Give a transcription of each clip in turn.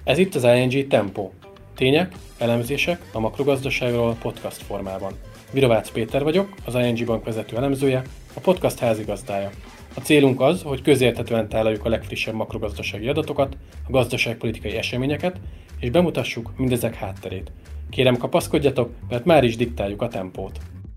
Ez itt az ING Tempo. Tények, elemzések a makrogazdaságról podcast formában. Virovácz Péter vagyok, az ING Bank vezető elemzője, a podcast házigazdája. A célunk az, hogy közérthetően tálaljuk a legfrissebb makrogazdasági adatokat, a gazdaságpolitikai eseményeket, és bemutassuk mindezek hátterét. Kérem, kapaszkodjatok, mert már is diktáljuk a tempót.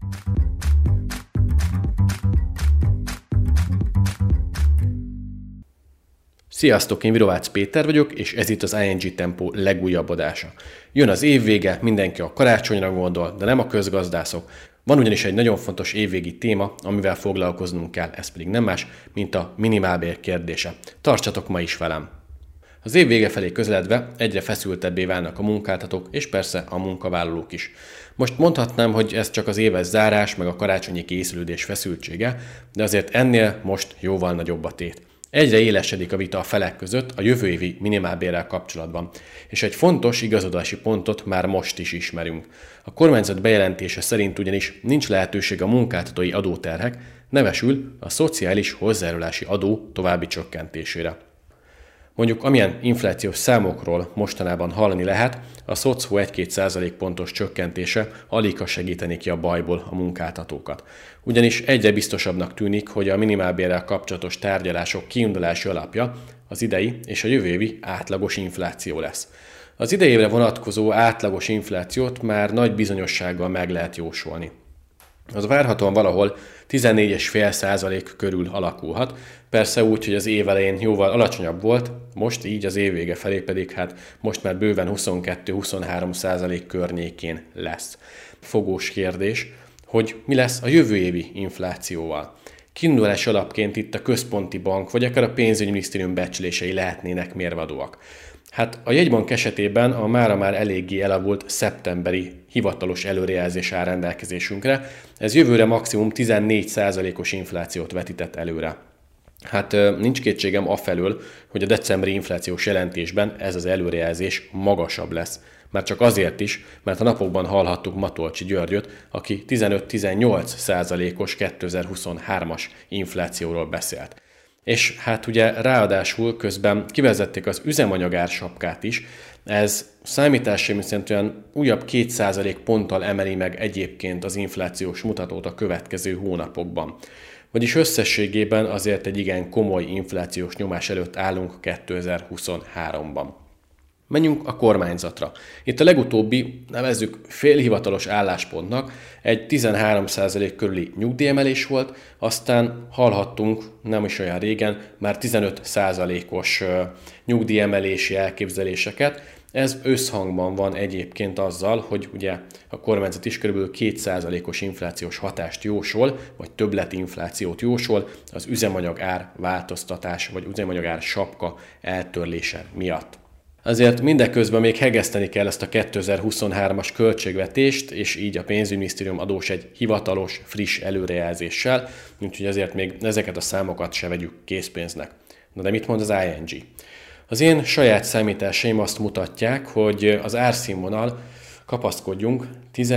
Sziasztok, én Virovácz Péter vagyok, és ez itt az ING Tempo legújabb adása. Jön az évvége, mindenki a karácsonyra gondol, de nem a közgazdászok. Van ugyanis egy nagyon fontos évvégi téma, amivel foglalkoznunk kell, ez pedig nem más, mint a minimálbér kérdése. Tartsatok ma is velem! Az év vége felé közeledve egyre feszültebbé válnak a munkáltatók, és persze a munkavállalók is. Most mondhatnám, hogy ez csak az éves zárás, meg a karácsonyi készülődés feszültsége, de azért ennél most jóval nagyobb a tét. Egyre élesedik a vita a felek között a jövő évi minimálbérrel kapcsolatban, és egy fontos igazodási pontot már most is ismerünk. A kormányzat bejelentése szerint ugyanis nincs lehetőség a munkáltatói adóterhek, nevesül a szociális hozzájárulási adó további csökkentésére. Mondjuk amilyen inflációs számokról mostanában hallani lehet, a SZOCHO 1-2 pontos csökkentése aligha segíteni ki a bajból a munkáltatókat. Ugyanis egyre biztosabbnak tűnik, hogy a minimálbérrel kapcsolatos tárgyalások kiindulási alapja az idei és a jövő évi átlagos infláció lesz. Az idei évre vonatkozó átlagos inflációt már nagy bizonyossággal meg lehet jósolni. Az várhatóan valahol 14,5% körül alakulhat, persze úgy, hogy az év elején jóval alacsonyabb volt, most így az év vége felé pedig most már bőven 22-23% környékén lesz. Fogós kérdés, hogy mi lesz a jövő évi inflációval. Kiindulás alapként itt a központi bank vagy akár a pénzügyminisztérium becslései lehetnének mérvadóak. A jegybank esetében a mára már eléggé elavult szeptemberi hivatalos előrejelzés áll rendelkezésünkre. Ez jövőre maximum 14%-os inflációt vetített előre. Nincs kétségem afelől, hogy a decemberi inflációs jelentésben ez az előrejelzés magasabb lesz. Már csak azért is, mert a napokban hallhattuk Matolcsy Györgyöt, aki 15-18%-os 2023-as inflációról beszélt. És ugye ráadásul közben kivezették az üzemanyagár sapkát is, ez számításaim szerint olyan újabb 2% ponttal emeli meg egyébként az inflációs mutatót a következő hónapokban. Vagyis összességében azért egy igen komoly inflációs nyomás előtt állunk 2023-ban. Menjünk a kormányzatra. Itt a legutóbbi, nevezzük félhivatalos álláspontnak, egy 13% körüli nyugdíjemelés volt, aztán hallhattunk nem is olyan régen már 15%-os nyugdíjemelési elképzeléseket. Ez összhangban van egyébként azzal, hogy ugye a kormányzat is kb. 2%-os inflációs hatást jósol, vagy többletinflációt jósol az üzemanyagár változtatás, vagy üzemanyagár sapka eltörlése miatt. Azért mindeközben még hegeszteni kell ezt a 2023-as költségvetést, és így a pénzügyminisztérium adós egy hivatalos, friss előrejelzéssel, úgyhogy ezért még ezeket a számokat se vegyük készpénznek. Na de mit mond az ING? Az én saját számításaim azt mutatják, hogy az árszínvonal, kapaszkodjunk,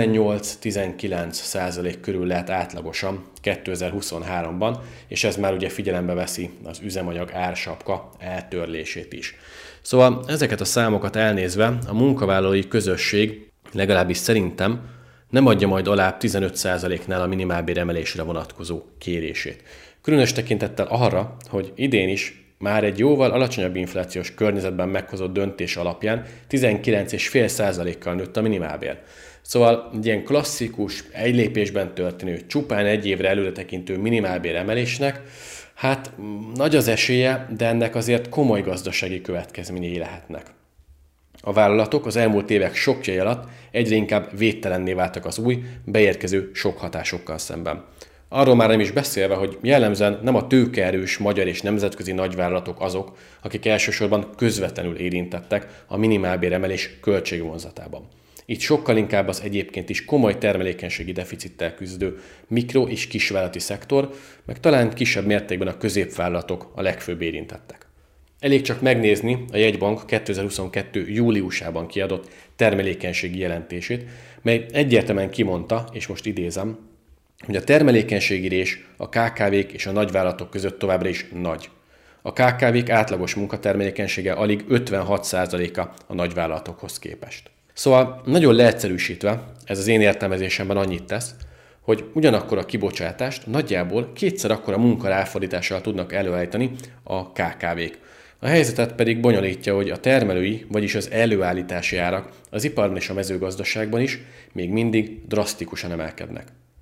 18-19% körül lehet átlagosan 2023-ban, és ez már ugye figyelembe veszi az üzemanyag ársapka eltörlését is. Szóval ezeket a számokat elnézve a munkavállalói közösség legalábbis szerintem nem adja majd alább 15%-nál a minimálbér emelésre vonatkozó kérését. Különös tekintettel arra, hogy idén is már egy jóval alacsonyabb inflációs környezetben meghozott döntés alapján 19,5%-kal nőtt a minimálbér. Szóval egy ilyen klasszikus, egy lépésben történő, csupán egy évre előre tekintő minimálbér emelésnek nagy az esélye, de ennek azért komoly gazdasági következményei lehetnek. A vállalatok az elmúlt évek sokjai alatt egyre inkább védtelenné váltak az új, beérkező sok hatásokkal szemben. Arról már nem is beszélve, hogy jellemzően nem a tőkeerős magyar és nemzetközi nagyvállalatok azok, akik elsősorban közvetlenül érintettek a minimálbér emelés költségvonzatában. Itt sokkal inkább az egyébként is komoly termelékenységi deficittel küzdő mikro- és kisvállalati szektor, meg talán kisebb mértékben a középvállalatok a legfőbb érintettek. Elég csak megnézni a jegybank 2022. júliusában kiadott termelékenységi jelentését, mely egyértelműen kimondta, és most idézem, hogy a termelékenységi rés a KKV-k és a nagyvállalatok között továbbra is nagy. A A KKV-k átlagos munkatermelékenysége alig 56%-a a nagyvállalatokhoz képest. Szóval nagyon leegyszerűsítve, ez az én értelmezésemben annyit tesz, hogy ugyanakkor a kibocsátást nagyjából kétszer akkora munka ráfordítással tudnak előállítani a KKV-k. A helyzetet pedig bonyolítja, hogy a termelői, vagyis az előállítási árak az iparban és a mezőgazdaságban is még mindig drasztikusan emelkednek.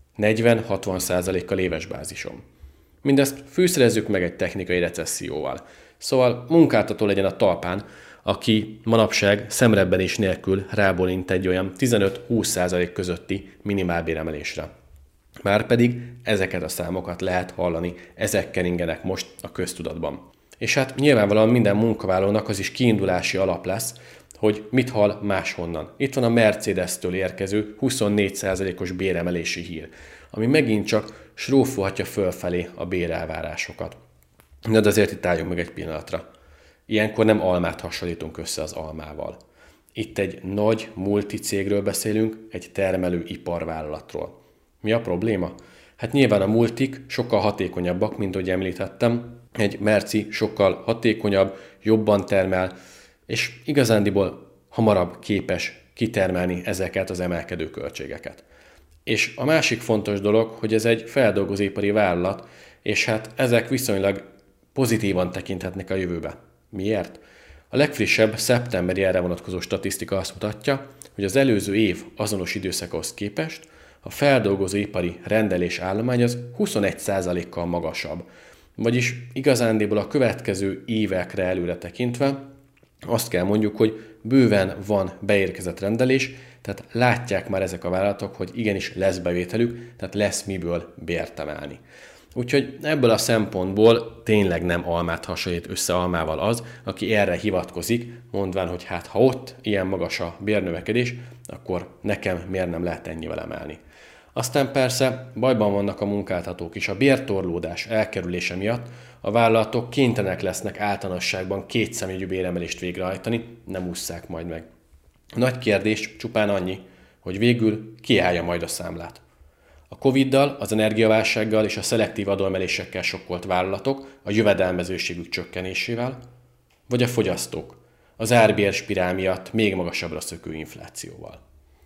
40-60%-kal éves bázison. Mindezt fűszerezzük meg egy technikai recesszióval. Szóval munkáltató legyen a talpán, aki manapság szemrebbenés nélkül rábólint egy olyan 15-20% közötti minimálbéremelésre. Márpedig ezeket a számokat lehet hallani, ezek keringenek most a köztudatban. És hát nyilvánvalóan minden munkavállalónak az is kiindulási alap lesz, hogy mit hall máshonnan. Itt van a Mercedes-től érkező 24%-os béremelési hír, ami megint csak srófolhatja fölfelé a bérelvárásokat. De azért itt álljunk meg egy pillanatra. Ilyenkor nem almát hasonlítunk össze az almával. Itt egy nagy multicégről beszélünk, egy termelő iparvállalatról. Mi a probléma? Hát nyilván a multik sokkal hatékonyabbak, mint ahogy említettem. Egy merci sokkal hatékonyabb, jobban termel, és igazándiból hamarabb képes kitermelni ezeket az emelkedő költségeket. És a másik fontos dolog, hogy ez egy feldolgozóipari vállalat, és hát ezek viszonylag pozitívan tekinthetnek a jövőbe. Miért? A legfrissebb szeptemberi erre vonatkozó statisztika azt mutatja, hogy az előző év azonos időszakához képest a feldolgozóipari rendelés állomány az 21%-kal magasabb. Vagyis igazándiból a következő évekre előre tekintve azt kell mondjuk, hogy bőven van beérkezett rendelés, tehát látják már ezek a vállalatok, hogy igenis lesz bevételük, tehát lesz miből bért emelni. Úgyhogy ebből a szempontból tényleg nem almát hasonlít össze almával az, aki erre hivatkozik, mondván, hogy hát ha ott ilyen magas a bérnövekedés, akkor nekem miért nem lehet ennyivel emelni. Aztán persze bajban vannak a munkáltatók is. A bértorlódás elkerülése miatt a vállalatok kénytelenek lesznek általánosságban kétszemjegyű béremelést végrehajtani, nem ússzák majd meg. A nagy kérdés csupán annyi, hogy végül ki állja majd a számlát. A Covid-dal, az energiaválsággal és a szelektív adóemelésekkel sokkolt vállalatok a jövedelmezőségük csökkenésével, vagy a fogyasztók az árbérspirál miatt még magasabbra szökő inflációval.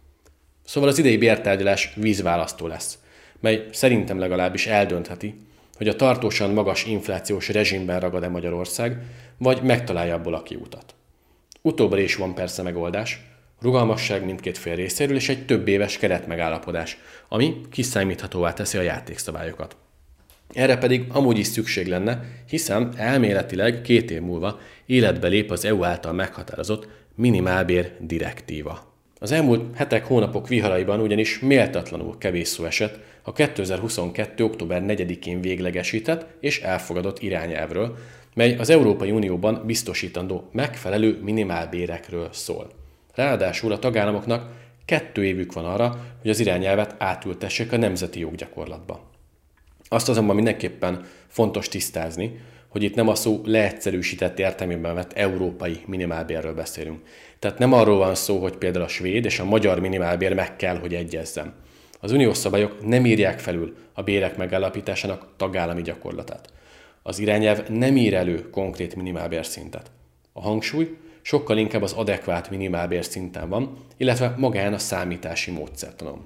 Szóval az idei bértárgyalás vízválasztó lesz, mely szerintem legalábbis eldöntheti, hogy a tartósan magas inflációs rezsimben ragad-e Magyarország, vagy megtalálja abból a kiutat. Utóbbra is van persze megoldás, rugalmasság mindkét fél részéről és egy több éves keretmegállapodás, ami kiszámíthatóvá teszi a játékszabályokat. Erre pedig amúgy is szükség lenne, hiszen elméletileg 2 év múlva életbe lép az EU által meghatározott minimálbér direktíva. Az elmúlt hetek, hónapok viharaiban ugyanis méltatlanul kevés szó esett a 2022. október 4-én véglegesített és elfogadott irányelvről, mely az Európai Unióban biztosítandó megfelelő minimálbérekről szól. Ráadásul a tagállamoknak 2 évük van arra, hogy az irányelvet átültessék a nemzeti joggyakorlatba. Azt azonban mindenképpen fontos tisztázni, hogy itt nem a szó leegyszerűsített értelmében vett európai minimálbérről beszélünk. Tehát nem arról van szó, hogy például a svéd és a magyar minimálbér meg kell, hogy egyezzen. Az uniós szabályok nem írják felül a bérek megállapításának tagállami gyakorlatát. Az irányelv nem ír elő konkrét minimálbérszintet. A hangsúly sokkal inkább az adekvát minimálbérszinten van, illetve magán a számítási módszertanon.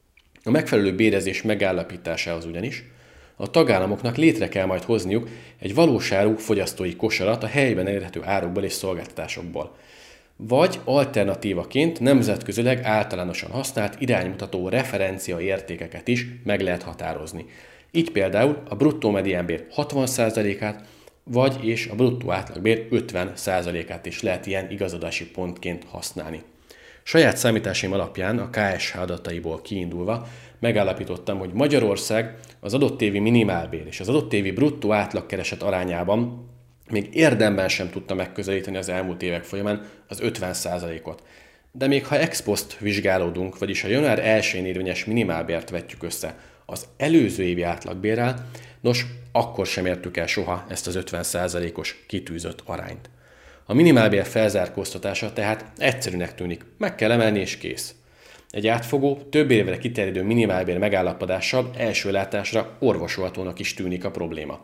A megfelelő bérezés megállapításához ugyanis a tagállamoknak létre kell majd hozniuk egy valós áru fogyasztói kosarat a helyben elérhető árukból és szolgáltatásokból. Vagy alternatívaként nemzetközileg általánosan használt iránymutató referencia értékeket is meg lehet határozni. Így például a bruttó mediánbér 60%-át, vagy és a bruttó átlagbér 50%-át is lehet ilyen igazodási pontként használni. Saját számításaim alapján a KSH adataiból kiindulva megállapítottam, hogy Magyarország az adott évi minimálbér és az adott évi bruttó átlagkereset arányában még érdemben sem tudta megközelíteni az elmúlt évek folyamán az 50%-ot. De még ha ex post vizsgálódunk, vagyis a január 1-én érvényes minimálbért vetjük össze az előző évi átlagbérrel, nos, akkor sem értük el soha ezt az 50%-os kitűzött arányt. A minimálbér felzárkóztatása tehát egyszerűnek tűnik, meg kell emelni és kész. Egy átfogó, több évre kiterjedő minimálbér megállapodással első látásra orvosolhatónak is tűnik a probléma.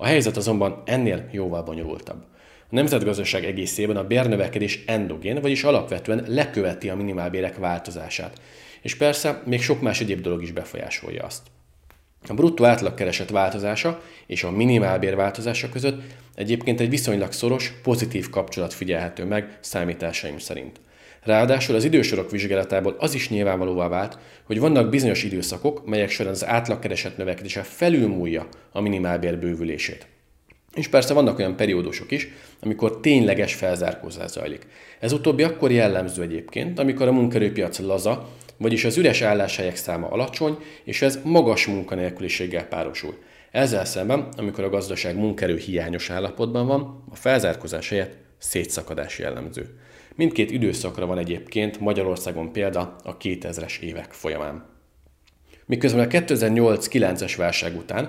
A helyzet azonban ennél jóval bonyolultabb. A nemzetgazdaság egészében a bérnövekedés endogén, vagyis alapvetően leköveti a minimálbérek változását. És persze még sok más egyéb dolog is befolyásolja azt. A bruttó átlagkereset változása és a minimálbér változása között egyébként egy viszonylag szoros, pozitív kapcsolat figyelhető meg számításaim szerint. Ráadásul az idősorok vizsgálatából az is nyilvánvalóvá vált, hogy vannak bizonyos időszakok, melyek során az átlagkereset növekedése felülmúlja a minimálbér bővülését. És persze vannak olyan periódusok is, amikor tényleges felzárkózás zajlik. Ez utóbbi akkor jellemző egyébként, amikor a munkaerőpiac laza, vagyis az üres álláshelyek száma alacsony, és ez magas munkanélküliséggel párosul. Ezzel szemben, amikor a gazdaság munkaerő hiányos állapotban van, a felzárkózás helyett szétszakadás jellemző. Mindkét időszakra van egyébként Magyarországon példa a 2000-es évek folyamán. Miközben a 2008-9-es válság után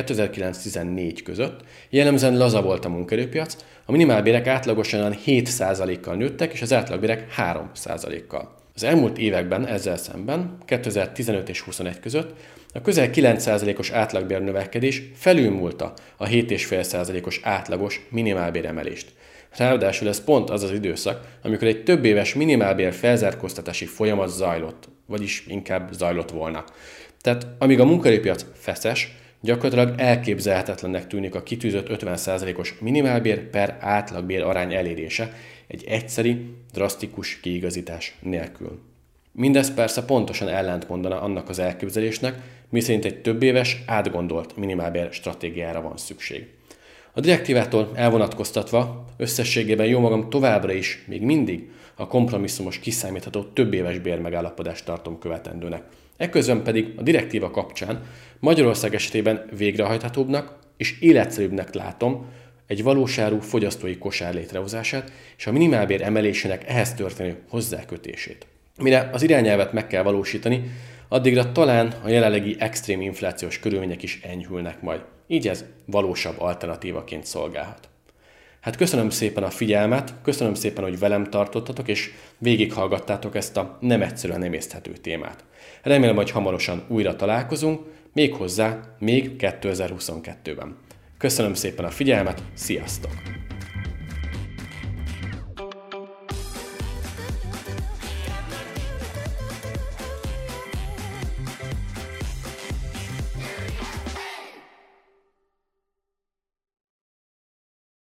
2009-14 között jellemzően laza volt a munkaerőpiac, a minimálbérek átlagosan 7%-kal nőttek, és az átlagbérek 3%-kal. Az elmúlt években ezzel szemben, 2015 és 2021 között a közel 9%-os átlagbér növekedés felülmúlta a 7,5%-os átlagos minimálbéremelést. Ráadásul ez pont az az időszak, amikor egy több éves minimálbér felzárkóztatási folyamat zajlott, vagyis inkább zajlott volna. Tehát amíg a munkaerőpiac feszes, gyakorlatilag elképzelhetetlennek tűnik a kitűzött 50%-os minimálbér per átlagbér arány elérése egy egyszeri, drasztikus kiigazítás nélkül. Mindez persze pontosan ellentmondana annak az elképzelésnek, miszerint egy több éves, átgondolt minimálbér stratégiára van szükség. A direktívától elvonatkoztatva összességében jómagam továbbra is, még mindig a kompromisszumos kiszámítható több éves bérmegállapodást tartom követendőnek. Ekközben pedig a direktíva kapcsán Magyarország esetében végrehajthatóbbnak és életszerűbbnek látom egy valóságú fogyasztói kosár létrehozását és a minimálbér emelésének ehhez történő hozzákötését. Mire az irányelvet meg kell valósítani, addigra talán a jelenlegi extrém inflációs körülmények is enyhülnek majd. Így ez valósabb alternatívaként szolgálhat. Hát köszönöm szépen a figyelmet, köszönöm szépen, hogy velem tartottatok, és végighallgattátok ezt a nem egyszerűen emészthető témát. Remélem, hogy hamarosan újra találkozunk, méghozzá még 2022-ben. Köszönöm szépen a figyelmet, sziasztok!